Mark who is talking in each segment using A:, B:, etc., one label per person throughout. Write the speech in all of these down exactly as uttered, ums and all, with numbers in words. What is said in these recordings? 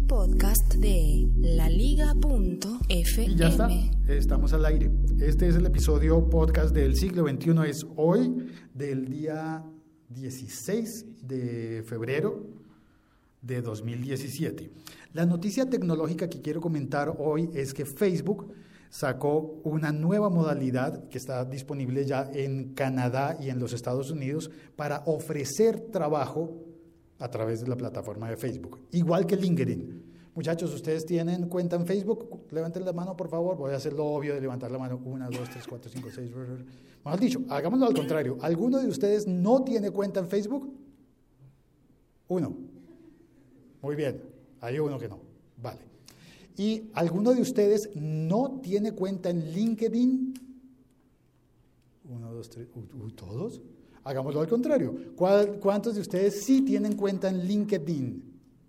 A: podcast de laliga punto f m.
B: Y ya está, estamos al aire. Este es el episodio podcast del siglo veintiuno, es hoy, del día dieciséis de febrero de dos mil diecisiete. La noticia tecnológica que quiero comentar hoy es que Facebook sacó una nueva modalidad que está disponible ya en Canadá y en los Estados Unidos para ofrecer trabajo a través de la plataforma de Facebook, igual que LinkedIn. Muchachos, ¿ustedes tienen cuenta en Facebook? Levanten la mano, por favor. Voy a hacer lo obvio de levantar la mano. Una, dos, tres, cuatro, cinco, seis. Mejor dicho, hagámoslo al contrario. ¿Alguno de ustedes no tiene cuenta en Facebook? Uno. Muy bien. Hay uno que no. Vale. ¿Y alguno de ustedes no tiene cuenta en LinkedIn? Uno, dos, tres. Uy, ¿todos? Hagámoslo al contrario. ¿Cuántos de ustedes sí tienen cuenta en LinkedIn?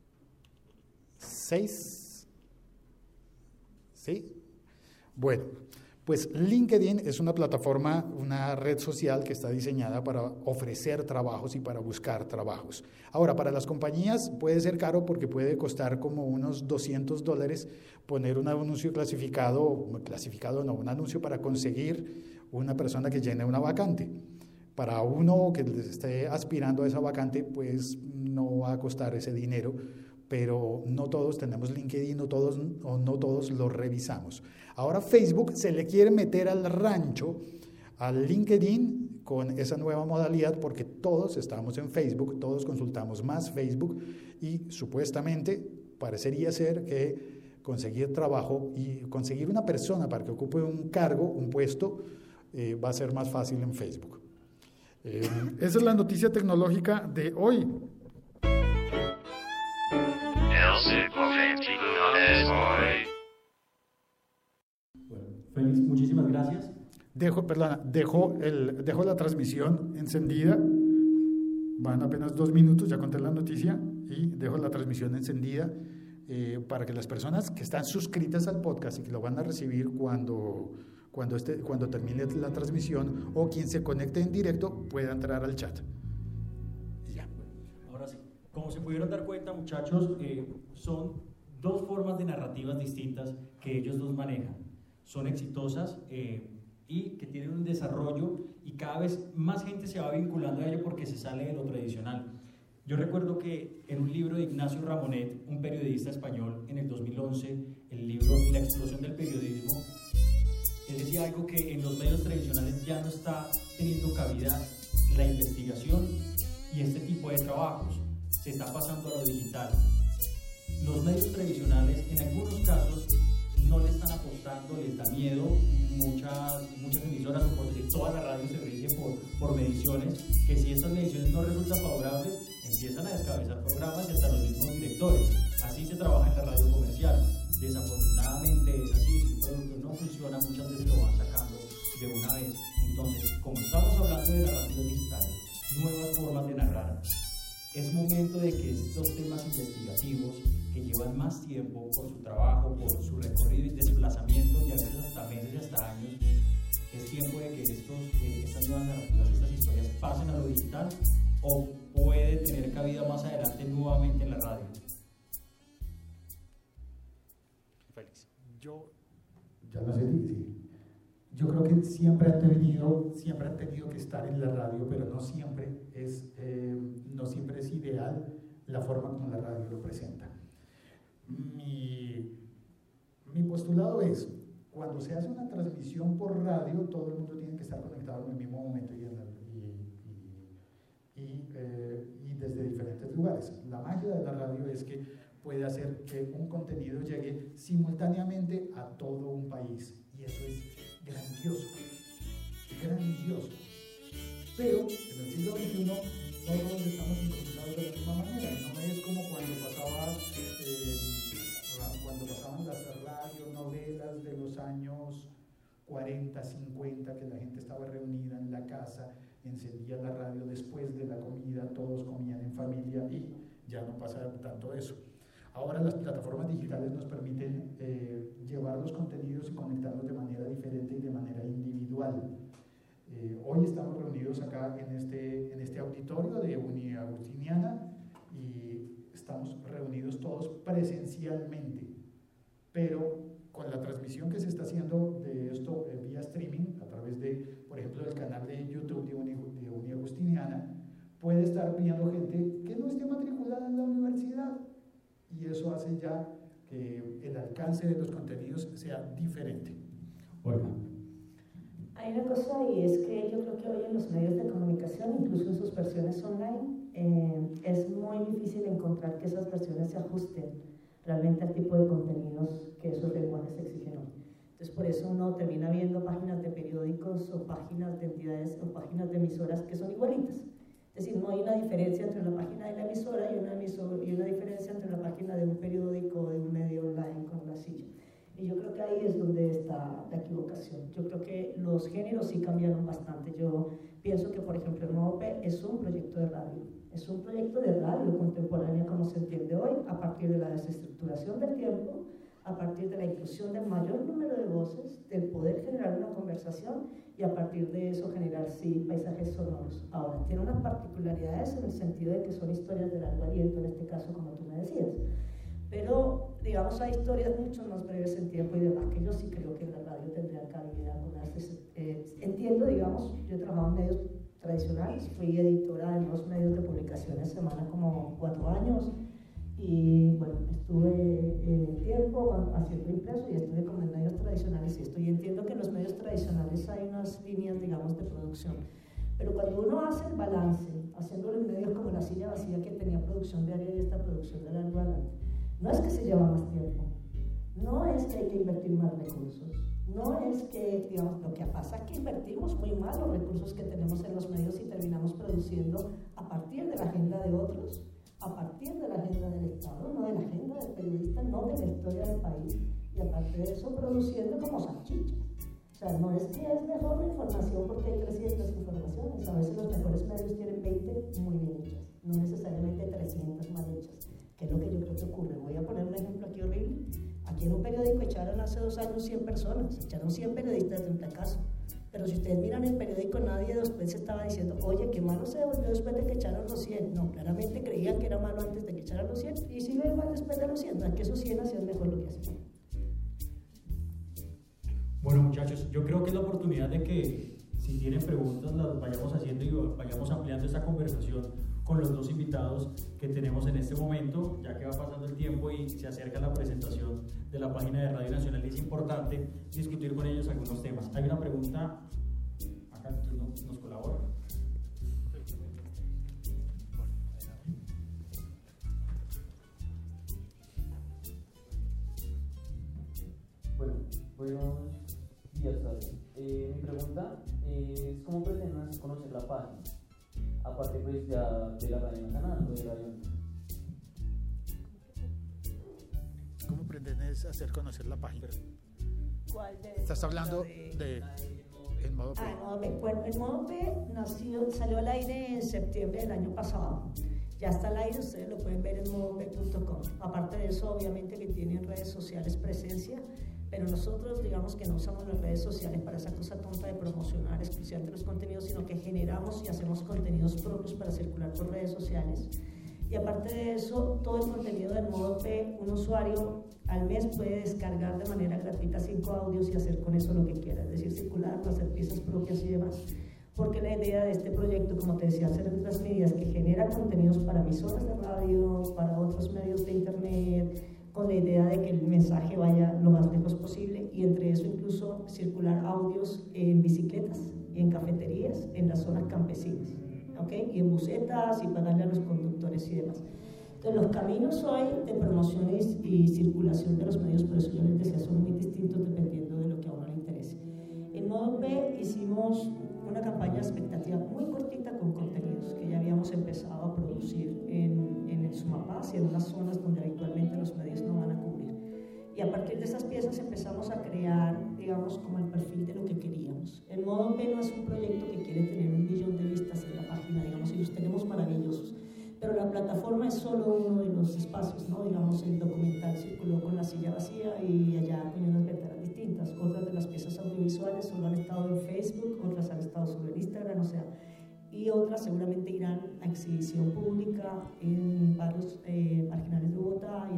B: ¿Seis? ¿Sí? Bueno, pues LinkedIn es una plataforma, una red social que está diseñada para ofrecer trabajos y para buscar trabajos. Ahora, para las compañías puede ser caro porque puede costar como unos doscientos dólares poner un anuncio clasificado, clasificado no, un anuncio para conseguir una persona que llene una vacante. Para uno que esté aspirando a esa vacante, pues no va a costar ese dinero, pero no todos tenemos LinkedIn, no todos, o no todos lo revisamos. Ahora Facebook se le quiere meter al rancho, al LinkedIn, con esa nueva modalidad, porque todos estamos en Facebook, todos consultamos más Facebook, y supuestamente parecería ser que conseguir trabajo y conseguir una persona para que ocupe un cargo, un puesto, eh, va a ser más fácil en Facebook. Eh, esa es la noticia tecnológica de hoy.
C: Bueno, Félix, muchísimas gracias.
B: Dejo, perdona, dejo, el, dejo la transmisión encendida. Van apenas dos minutos, ya conté la noticia, y dejo la transmisión encendida eh, para que las personas que están suscritas al podcast y que lo van a recibir cuando... Cuando, este, cuando termine la transmisión o quien se conecte en directo pueda entrar al chat. Y ya.
C: Ahora sí, como se pudieron dar cuenta, muchachos, eh, son dos formas de narrativas distintas que ellos dos manejan. Son exitosas eh, y que tienen un desarrollo y cada vez más gente se va vinculando a ello porque se sale de lo tradicional. Yo recuerdo que en un libro de Ignacio Ramonet, un periodista español, en el dos mil once, el libro La explosión del periodismo, él decía algo que en los medios tradicionales ya no está teniendo cabida, la investigación y este tipo de trabajos. Se está pasando a lo digital. Los medios tradicionales, en algunos casos, no le están apostando, les da miedo. Muchas, muchas emisoras, o por decir, toda la radio se rige por, por mediciones, que si estas mediciones no resultan favorables, empiezan a descabezar programas y hasta los mismos directores. Así se trabaja en la radio comercial. Desafortunadamente es así, si un producto no funciona, muchas veces lo van sacando de una vez. Entonces, como estamos hablando de narrativas digitales, nuevas formas de narrar, es momento de que estos temas investigativos, que llevan más tiempo por su trabajo, por su recorrido y desplazamiento, y a veces hasta meses y hasta años, es tiempo de que estos, eh, estas nuevas narrativas, estas historias pasen a lo digital, o puede tener cabida más adelante nuevamente en la radio.
B: Félix. Yo, ya no sé, sí. Yo creo que siempre han tenido, siempre han tenido que estar en la radio, pero no siempre es, eh, no siempre es ideal la forma como la radio lo presenta. Mi, mi postulado es, cuando se hace una transmisión por radio, todo el mundo tiene que estar conectado en el mismo momento y, en el, y, y, y, eh, y desde diferentes lugares. La magia de la radio es que puede hacer que un contenido llegue simultáneamente a todo un país, y eso es grandioso, grandioso. Pero en el siglo veintiuno no todos estamos sincronizados de la misma manera, no es como cuando pasaba, eh, cuando pasaban las radionovelas de los años cuarenta, cincuenta, que la gente estaba reunida en la casa, encendía la radio después de la comida, todos comían en familia y ya no pasa tanto eso. Ahora las plataformas digitales nos permiten eh, llevar los contenidos y conectarnos de manera diferente y de manera individual. Eh, hoy estamos reunidos acá en este, en este auditorio de Uni Agustiniana y estamos reunidos todos pre presencialmente, pero con la transmisión que se está haciendo de esto eh, vía streaming, a través de, por ejemplo, del canal de YouTube de Uni, de Uni Agustiniana, puede estar viendo gente que no esté matriculada en la universidad, y eso hace ya que el alcance de los contenidos sea diferente.
C: Olga.
D: Hay una cosa, y es que yo creo que hoy en los medios de comunicación, incluso en sus versiones online, eh, es muy difícil encontrar que esas versiones se ajusten realmente al tipo de contenidos que esos lenguajes exigen hoy. Entonces, por eso uno termina viendo páginas de periódicos o páginas de entidades o páginas de emisoras que son igualitas. Es decir, no hay una diferencia entre la página de la emisora y una, emisora, y una diferencia entre la página de un periódico o de un medio online con la silla. Y yo creo que ahí es donde está la equivocación. Yo creo que los géneros sí cambiaron bastante. Yo pienso que, por ejemplo, el Modo P es un proyecto de radio. Es un proyecto de radio contemporánea, como se entiende hoy, a partir de la desestructuración del tiempo, a partir de la inclusión del mayor número de voces, del poder generar una conversación y a partir de eso generar, sí, paisajes sonoros. Ahora, tiene unas particularidades en el sentido de que son historias de largo aliento, en este caso, como tú me decías. Pero, digamos, hay historias mucho más breves en tiempo y demás, que yo sí creo que en la radio tendrían cabida algunas. Eh, entiendo, digamos, yo he trabajado en medios tradicionales, fui editora de dos medios de publicaciones semana como cuatro años, y bueno, estuve en el tiempo haciendo impreso y estuve como en medios tradicionales y esto, y entiendo que en los medios tradicionales hay unas líneas, digamos, de producción. Pero cuando uno hace el balance, haciéndolo en medios como La Silla Vacía, que tenía producción diaria y esta producción de largo adelante, no es que se lleva más tiempo, no es que hay que invertir más recursos, no es que, digamos, lo que pasa es que invertimos muy mal los recursos que tenemos en los medios y terminamos produciendo a partir de la agenda de otros, a partir de la agenda del Estado, no de la agenda del periodista, no de la historia del país, y aparte de eso produciendo como salchichas. O sea, no es que es mejor la información porque hay trescientas informaciones, a veces los mejores medios tienen veinte muy bien hechas, no necesariamente trescientas mal hechas, que es lo que yo creo que ocurre. Voy a poner un ejemplo aquí horrible. Aquí en un periódico echaron hace dos años cien personas, echaron cien periodistas de un fracaso. Pero si ustedes miran el periódico, nadie después estaba diciendo, oye, qué malo se volvió después de que echaron los cien. No, claramente creían que era malo antes de que echaran los cien y sigue igual después de los cien. No es que esos cien hacían mejor lo que hacían.
C: Bueno, muchachos, yo creo que es la oportunidad de que si tienen preguntas las vayamos haciendo y vayamos ampliando esta conversación con los dos invitados que tenemos en este momento, ya que va pasando el tiempo y se acerca la presentación de la página de Radio Nacional, y es importante discutir con ellos algunos temas. Hay una pregunta, acá nos, nos colabora.
E: Bueno, buenos días, David. Eh, mi pregunta es ¿cómo pretendes conocer la página? Aparte pues ya de la Radio Nacional o de Radio.
B: ¿Cómo pretendes hacer conocer la página?
D: ¿Cuál de
B: Estás hablando de, de el Modo P.
D: Ah, el Modo P. Bueno, el Modo P nació, salió al aire en septiembre del año pasado. Ya está al aire, ustedes lo pueden ver en modo p punto com. Aparte de eso, obviamente que tienen redes sociales presencia, pero nosotros digamos que no usamos las redes sociales para esa cosa tonta de promocionar exclusivamente los contenidos, sino que generamos y hacemos contenidos propios para circular por redes sociales. Y aparte de eso, todo el contenido del Modo P, un usuario al mes puede descargar de manera gratuita cinco audios y hacer con eso lo que quiera, es decir, circular, hacer piezas propias y demás. Porque la idea de este proyecto, como te decía, hacer otras medidas que genera contenidos para emisoras de radio, para otros medios de internet, con la idea de que el mensaje vaya lo más lejos posible, y entre eso incluso circular audios en bicicletas, en cafeterías, en las zonas campesinas, ¿okay? Y en busetas y pagarle a los conductores y demás. Entonces los caminos hoy de promoción y, y circulación de los medios, por eso yo les decía, son muy distintos dependiendo de lo que a uno le interese. En Modo P hicimos una campaña de expectativa muy cortita con contenidos que ya habíamos empezado a producir en, en el Sumapaz y en unas zonas donde habitualmente los medios no van a cubrir. Y a partir de esas piezas empezamos a crear, digamos, como el perfil de lo que queríamos. El Modo P no es un proyecto que quiere tener un millón de vistas en la página, digamos, y los tenemos maravillosos. Pero la plataforma es solo uno de los espacios, ¿no? Digamos, el documental circuló con La Silla Vacía y allá con unas ventanas distintas. Otras de las piezas audiovisuales solo han estado en Facebook, otras han estado solo en Instagram, o sea, y otras seguramente irán a exhibición pública en barrios eh, marginales de Bogotá y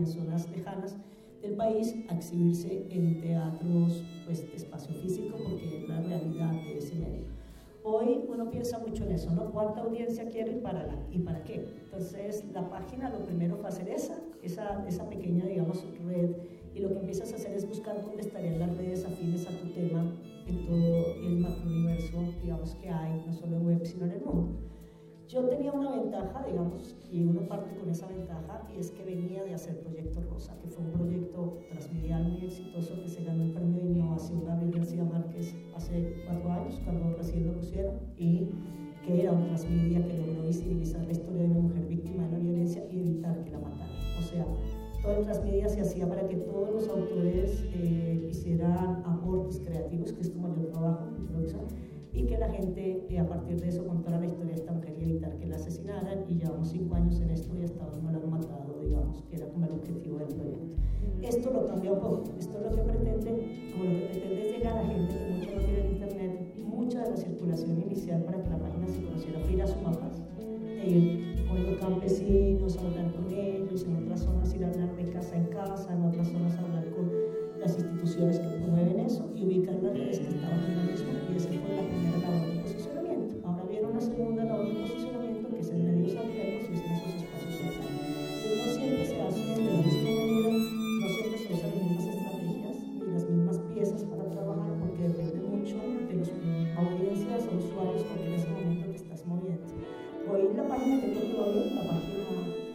F: en zonas lejanas del país a exhibirse en teatros pues, de espacio físico, porque es la realidad de ese medio. Hoy uno piensa mucho en eso, ¿no? ¿Cuánta audiencia quiero y para, la, y para qué? Entonces, la página lo primero fue hacer esa, esa, esa pequeña, digamos, red, y lo que empiezas a hacer es buscar dónde estarían las redes afines a tu tema en todo el macrouniverso, digamos, que hay, no solo en web, sino en el mundo. Yo tenía una ventaja, digamos, y uno parte con esa ventaja, y es que venía de hacer Proyecto Rosa, que fue un proyecto transmedial muy exitoso que se ganó el premio de innovación Gabriel García Márquez hace cuatro años, cuando recién lo pusieron, y que era un transmedia que logró visibilizar la historia de una mujer víctima de la violencia y evitar que la mataran. O sea, todo el transmedia se hacía para que todos los autores eh, hicieran aportes creativos, que es como yo trabajo en producción, y que la gente eh, a partir de eso contara la historia de esta mujer y evitar que la asesinaran, y llevamos cinco años en esto y hasta ahora no la han matado, digamos, que era como el objetivo del proyecto. Esto lo cambia un poco, esto es lo que pretende, como lo que pretende es llegar a gente que mucho no tiene internet, y mucha de la circulación inicial para que la página se conociera fue ir a Sumapas, e ir con los campesinos, a hablar con ellos, en otras zonas ir a hablar de casa en casa, en otras zonas hablar con las instituciones que promueven eso y ubicar las redes que estaban en lo mismo, y esa fue la primera labor de posicionamiento. Ahora viene una segunda labor de posicionamiento, que es en medios abiertos y es en esos espacios online. Entonces no siempre se hace de la misma manera, no siempre se usan las mismas estrategias ni las mismas piezas para trabajar, porque depende mucho de las audiencias o usuarios con que en ese momento te estás moviendo. Hoy la página que creo que va bien, la página,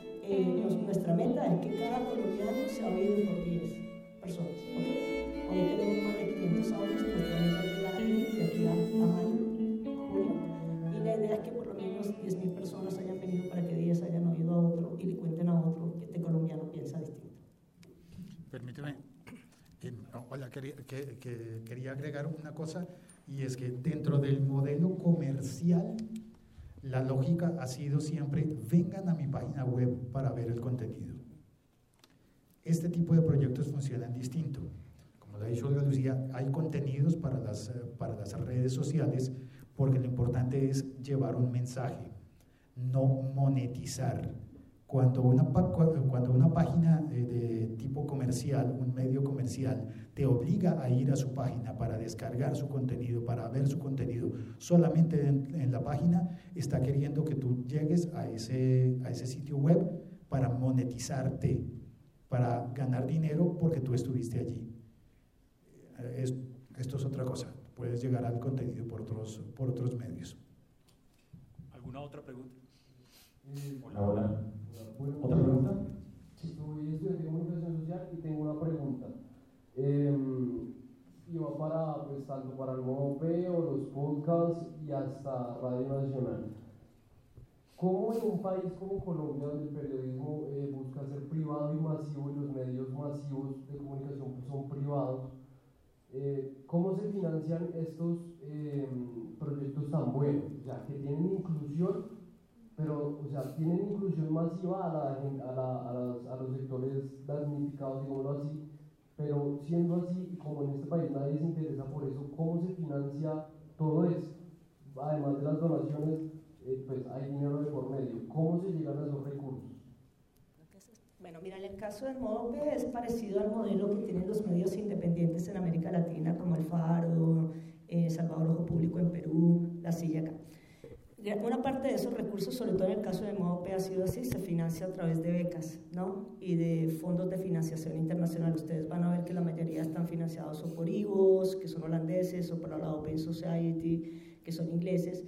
F: eh, nos, nuestra meta es que cada colombiano se ha oído por diez personas. ¿Okay? Hoy tenemos más de quinientos audios, nuestra meta es llegar a mil de aquí a, a mayo, junio, y la idea es que por lo menos diez mil personas hayan venido para que diez hayan oído a otro y le cuenten a otro que este colombiano piensa distinto.
B: Permíteme, eh, hola, quería, que, que, quería agregar una cosa, y es que dentro del modelo comercial, la lógica ha sido siempre, vengan a mi página web para ver el contenido. Este tipo de proyectos funcionan distinto. Como lo ha dicho Olga Lucía, hay contenidos para las, para las redes sociales, porque lo importante es llevar un mensaje, no monetizar. Cuando una, cuando una página de tipo comercial, un medio comercial, te obliga a ir a su página para descargar su contenido, para ver su contenido solamente en, en la página, está queriendo que tú llegues a ese, a ese sitio web para monetizarte, para ganar dinero porque tú estuviste allí. Es, esto es otra cosa, puedes llegar al contenido por otros, por otros medios.
C: ¿Alguna otra pregunta?
G: Eh,
C: hola, hola.
G: Bueno,
C: ¿Otra pregunta?
G: Soy estudiante de comunicación social y tengo una pregunta. Eh, y va para, pues, tanto para el Modo P o los podcasts y hasta Radio Nacional. ¿Cómo en un país como Colombia, donde el periodismo eh, busca ser privado y masivo y los medios masivos de comunicación pues, son privados, eh, cómo se financian estos eh, proyectos tan buenos? O sea, que tienen inclusión, pero, o sea, tienen inclusión masiva a, la, a, la, a, las, a los sectores damnificados, digámoslo así, pero siendo así, y como en este país nadie se interesa por eso, ¿cómo se financia todo eso? Además de las donaciones, eh, pues hay dinero de por medio. ¿Cómo se llegan a esos recursos?
F: Bueno, mira, en el caso del Modo P es parecido al modelo que tienen los medios independientes en América Latina, como El Faro, eh, Salvador Ojo Público en Perú, La Silla acá. Una parte de esos recursos, sobre todo en el caso del Modo P, ha sido así, se financia a través de becas, ¿no? Y de fondos de financiación internacional. Ustedes van a ver que la mayoría están financiados o por I V O S, que son holandeses, o por la Open Society, que son ingleses.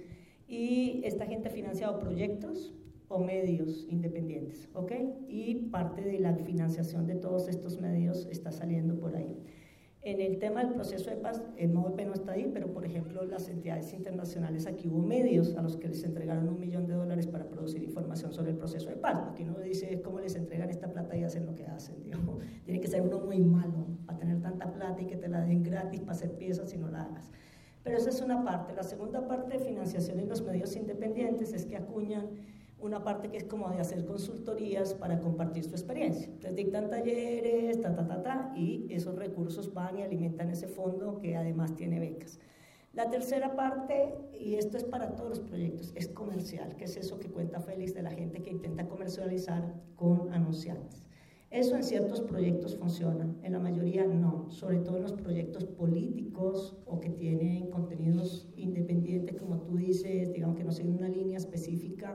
F: Y esta gente ha financiado proyectos o medios independientes, ¿ok? Y parte de la financiación de todos estos medios está saliendo por ahí. En el tema del proceso de paz, el Modo P no está ahí, pero por ejemplo las entidades internacionales, aquí hubo medios a los que les entregaron un millón de dólares para producir información sobre el proceso de paz. Aquí no dice cómo les entregan esta plata y hacen lo que hacen, digamos. Tiene que ser uno muy malo para tener tanta plata y que te la den gratis para hacer piezas si no la hagas. Pero esa es una parte. La segunda parte de financiación en los medios independientes es que acuñan una parte que es como de hacer consultorías para compartir su experiencia. Entonces dictan talleres, ta, ta, ta, ta, y esos recursos van y alimentan ese fondo que además tiene becas. La tercera parte, y esto es para todos los proyectos, es comercial, que es eso que cuenta Félix de la gente que intenta comercializar con anunciantes. Eso en ciertos proyectos funciona, en la mayoría no, sobre todo en los proyectos políticos o que tienen contenidos independientes, como tú dices, digamos que no siguen una línea específica,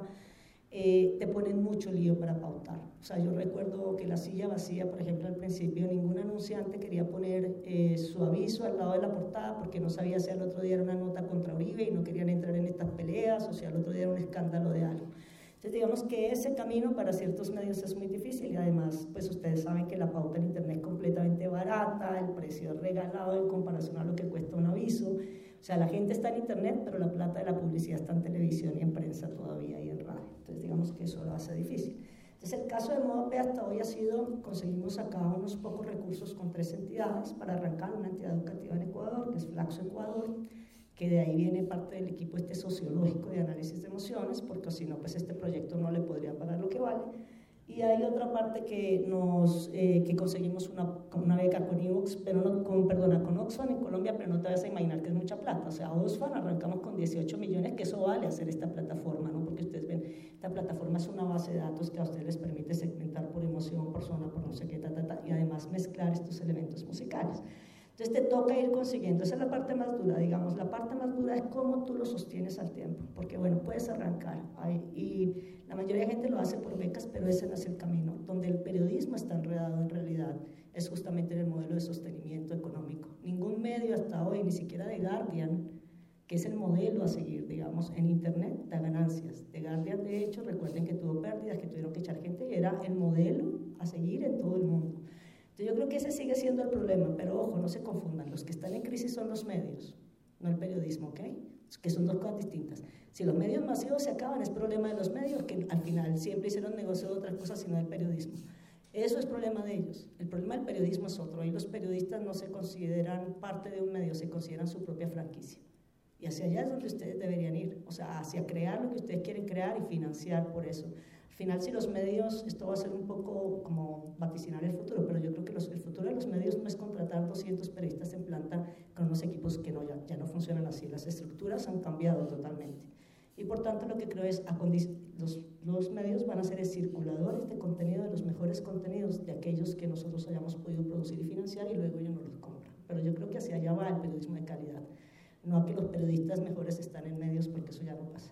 F: eh, te ponen mucho lío para pautar. O sea, yo recuerdo que La Silla Vacía, por ejemplo, al principio ningún anunciante quería poner eh, su aviso al lado de la portada porque no sabía si al otro día era una nota contra Uribe y no querían entrar en estas peleas o si al otro día era un escándalo de algo. Entonces, digamos que ese camino para ciertos medios es muy difícil y además, pues ustedes saben que la pauta en internet es completamente barata, el precio es regalado en comparación a lo que cuesta un aviso. O sea, la gente está en internet, pero la plata de la publicidad está en televisión y en prensa todavía y en radio. Entonces, digamos que eso lo hace difícil. Entonces, el caso de ModoP hasta hoy ha sido, conseguimos acá unos pocos recursos con tres entidades para arrancar una entidad educativa en Ecuador, que es Flaxo Ecuador, que de ahí viene parte del equipo este sociológico de análisis de emociones, porque si no, pues este proyecto no le podría pagar lo que vale. Y hay otra parte que, nos, eh, que conseguimos una, una beca con Evox, pero no, con, perdona, con Oxfam en Colombia, pero no te vas a imaginar que es mucha plata. O sea, Oxfam arrancamos con dieciocho millones, que eso vale hacer esta plataforma, ¿no? Porque ustedes ven, esta plataforma es una base de datos que a ustedes les permite segmentar por emoción, por zona, por no sé qué, ta, ta, ta, y además mezclar estos elementos musicales. Entonces te toca ir consiguiendo, esa es la parte más dura, digamos, la parte más dura es cómo tú lo sostienes al tiempo, porque bueno, puedes arrancar, ahí, y la mayoría de gente lo hace por becas, pero ese no es el camino, donde el periodismo está enredado en realidad, es justamente en el modelo de sostenimiento económico. Ningún medio hasta hoy, ni siquiera The Guardian, que es el modelo a seguir, digamos, en internet, da ganancias. The Guardian, de hecho, recuerden que tuvo pérdidas, que tuvieron que echar gente, y era el modelo a seguir en todo el mundo. Entonces yo creo que ese sigue siendo el problema, pero ojo, no se confundan, los que están en crisis son los medios, no el periodismo, ¿ok? Que son dos cosas distintas. Si los medios masivos se acaban, es problema de los medios, que al final siempre hicieron negocio de otras cosas, sino del periodismo. Eso es problema de ellos. El problema del periodismo es otro. Ahí los periodistas no se consideran parte de un medio, se consideran su propia franquicia. Y hacia allá es donde ustedes deberían ir, o sea, hacia crear lo que ustedes quieren crear y financiar por eso. Al final, si los medios, esto va a ser un poco como vaticinar el futuro, pero yo creo que los, el futuro de los medios no es contratar doscientos periodistas en planta con unos equipos que no, ya, ya no funcionan así. Las estructuras han cambiado totalmente. Y por tanto, lo que creo es, los, los medios van a ser circuladores de contenido, de los mejores contenidos, de aquellos que nosotros hayamos podido producir y financiar, y luego ellos nos los compran. Pero yo creo que hacia allá va el periodismo de calidad, no a que los periodistas mejores están en medios, porque eso ya no pasa.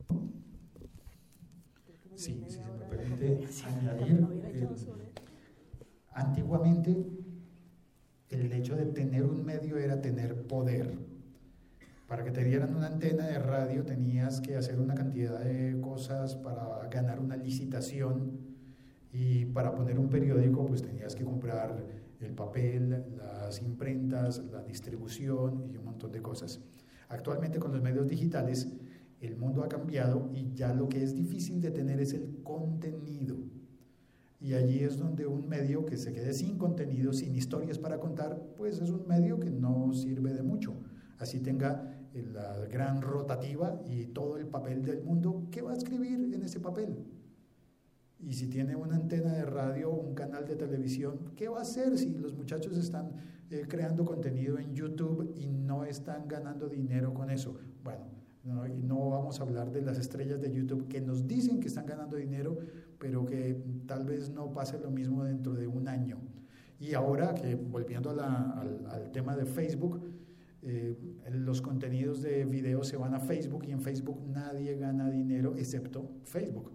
B: Sí, si se me permite añadir, eh, antiguamente el hecho de tener un medio era tener poder. Para que te dieran una antena de radio tenías que hacer una cantidad de cosas para ganar una licitación, y para poner un periódico pues tenías que comprar el papel, las imprentas, la distribución y un montón de cosas. Actualmente con los medios digitales el mundo ha cambiado y ya lo que es difícil de tener es el contenido. Y allí es donde un medio que se quede sin contenido, sin historias para contar, pues es un medio que no sirve de mucho. Así tenga la gran rotativa y todo el papel del mundo, ¿qué va a escribir en ese papel? Y si tiene una antena de radio o un canal de televisión, ¿qué va a hacer si los muchachos están eh, creando contenido en YouTube y no están ganando dinero con eso? Bueno, No, y no vamos a hablar de las estrellas de YouTube que nos dicen que están ganando dinero, pero que tal vez no pase lo mismo dentro de un año. Y ahora que, volviendo a la, al, al tema de Facebook, eh, los contenidos de video se van a Facebook, y en Facebook nadie gana dinero excepto Facebook.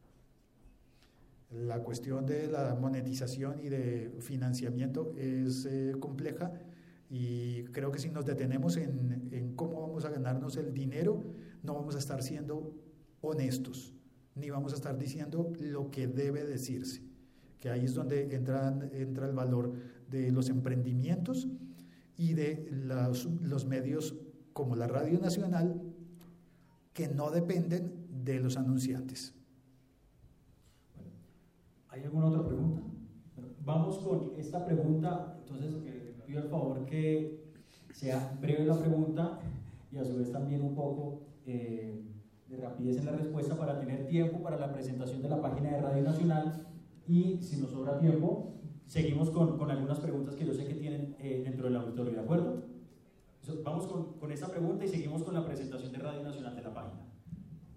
B: La cuestión de la monetización y de financiamiento es eh, compleja. Y creo que si nos detenemos en, en cómo vamos a ganarnos el dinero, no vamos a estar siendo honestos, ni vamos a estar diciendo lo que debe decirse, que ahí es donde entran, entra el valor de los emprendimientos y de los, los medios como la Radio Nacional, que no dependen de los anunciantes.
C: Bueno, ¿hay alguna otra pregunta? Bueno, vamos con esta pregunta, entonces... Eh, pido al favor que sea breve la pregunta y a su vez también un poco eh, de rapidez en la respuesta para tener tiempo para la presentación de la página de Radio Nacional, y si nos sobra tiempo seguimos con, con algunas preguntas que yo sé que tienen eh, dentro del auditorio, ¿de acuerdo? Entonces, vamos con, con esta pregunta y seguimos con la presentación de Radio Nacional de la página.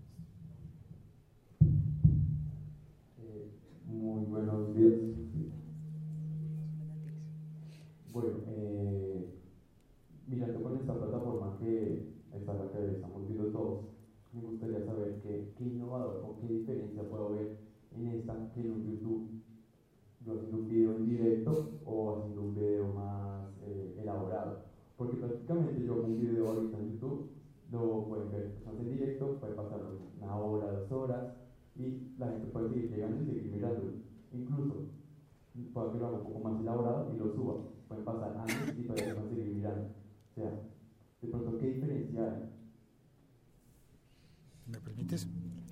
H: Eh, muy buenos días. Bueno, eh, mirando con esta plataforma que esta es la que estamos viendo todos, me gustaría saber qué, qué innovador o qué diferencia puedo ver en esta que en un YouTube, yo haciendo un video en directo o haciendo un video más eh, elaborado. Porque prácticamente yo un video ahorita en YouTube lo pueden ver más en directo, puede pasar una hora, dos horas y la gente puede seguir llegando y seguir mirando. Incluso puede que lo haga un poco más elaborado y lo suba. Pueden pasar años y todavía van a seguir mirando. O sea, de pronto, ¿qué diferencia hay?
B: ¿Me permites?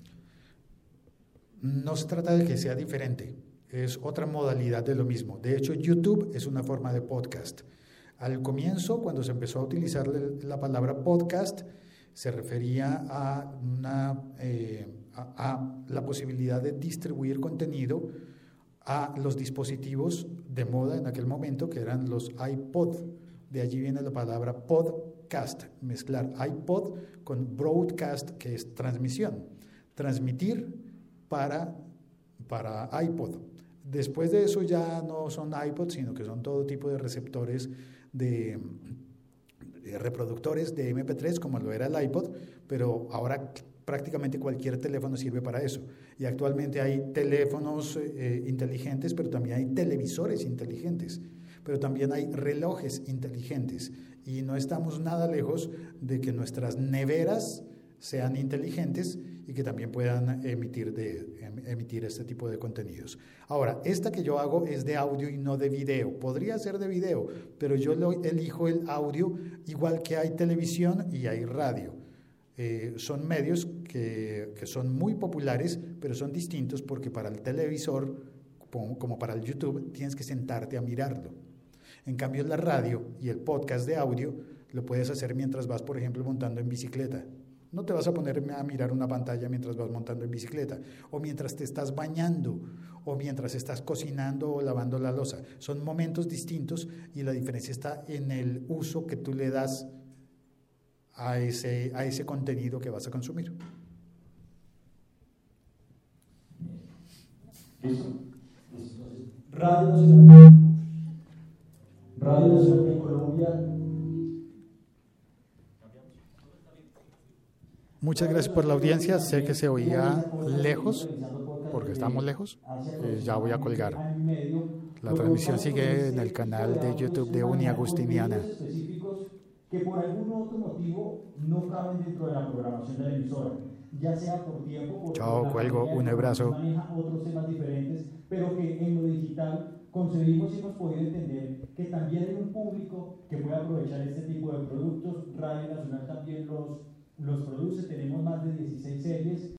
B: No se trata de que sea diferente, es otra modalidad de lo mismo. De hecho, YouTube es una forma de podcast. Al comienzo, cuando se empezó a utilizar la palabra podcast, se refería a, una, eh, a, a la posibilidad de distribuir contenido a los dispositivos de moda en aquel momento, que eran los iPod. De allí viene la palabra podcast, mezclar iPod con broadcast, que es transmisión, transmitir para, para iPod. Después de eso ya no son iPods, sino que son todo tipo de receptores de, de reproductores de eme pe tres, como lo era el iPod, pero ahora prácticamente cualquier teléfono sirve para eso. Y actualmente hay teléfonos eh, inteligentes, pero también hay televisores inteligentes, pero también hay relojes inteligentes. Y no estamos nada lejos de que nuestras neveras sean inteligentes y que también puedan emitir, de, emitir este tipo de contenidos. Ahora, esta que yo hago es de audio y no de video. Podría ser de video, pero yo lo, elijo el audio, igual que hay televisión y hay radio. Eh, son medios que, que son muy populares, pero son distintos porque para el televisor, como, como para el YouTube, tienes que sentarte a mirarlo. En cambio, la radio y el podcast de audio lo puedes hacer mientras vas, por ejemplo, montando en bicicleta. No te vas a poner a mirar una pantalla mientras vas montando en bicicleta, o mientras te estás bañando, o mientras estás cocinando o lavando la loza. Son momentos distintos y la diferencia está en el uso que tú le das a ese, a ese contenido que vas a consumir.
C: ¿Listo? Radio Nacional. Radio Nacional de Colombia.
B: Muchas gracias por la audiencia. Sé que se oía lejos, porque estamos lejos. Eh, ya voy a colgar. La transmisión sigue en el canal de YouTube de Uniagustiniana.
C: Que por algún otro motivo no caben dentro de la programación de la emisora, ya sea por tiempo,
B: chao, cuelgo, un abrazo.
C: Maneja otros temas diferentes, pero que en lo digital concebimos y hemos podido entender que también hay un público que puede aprovechar este tipo de productos. Radio Nacional también los, los produce, tenemos más de dieciséis series.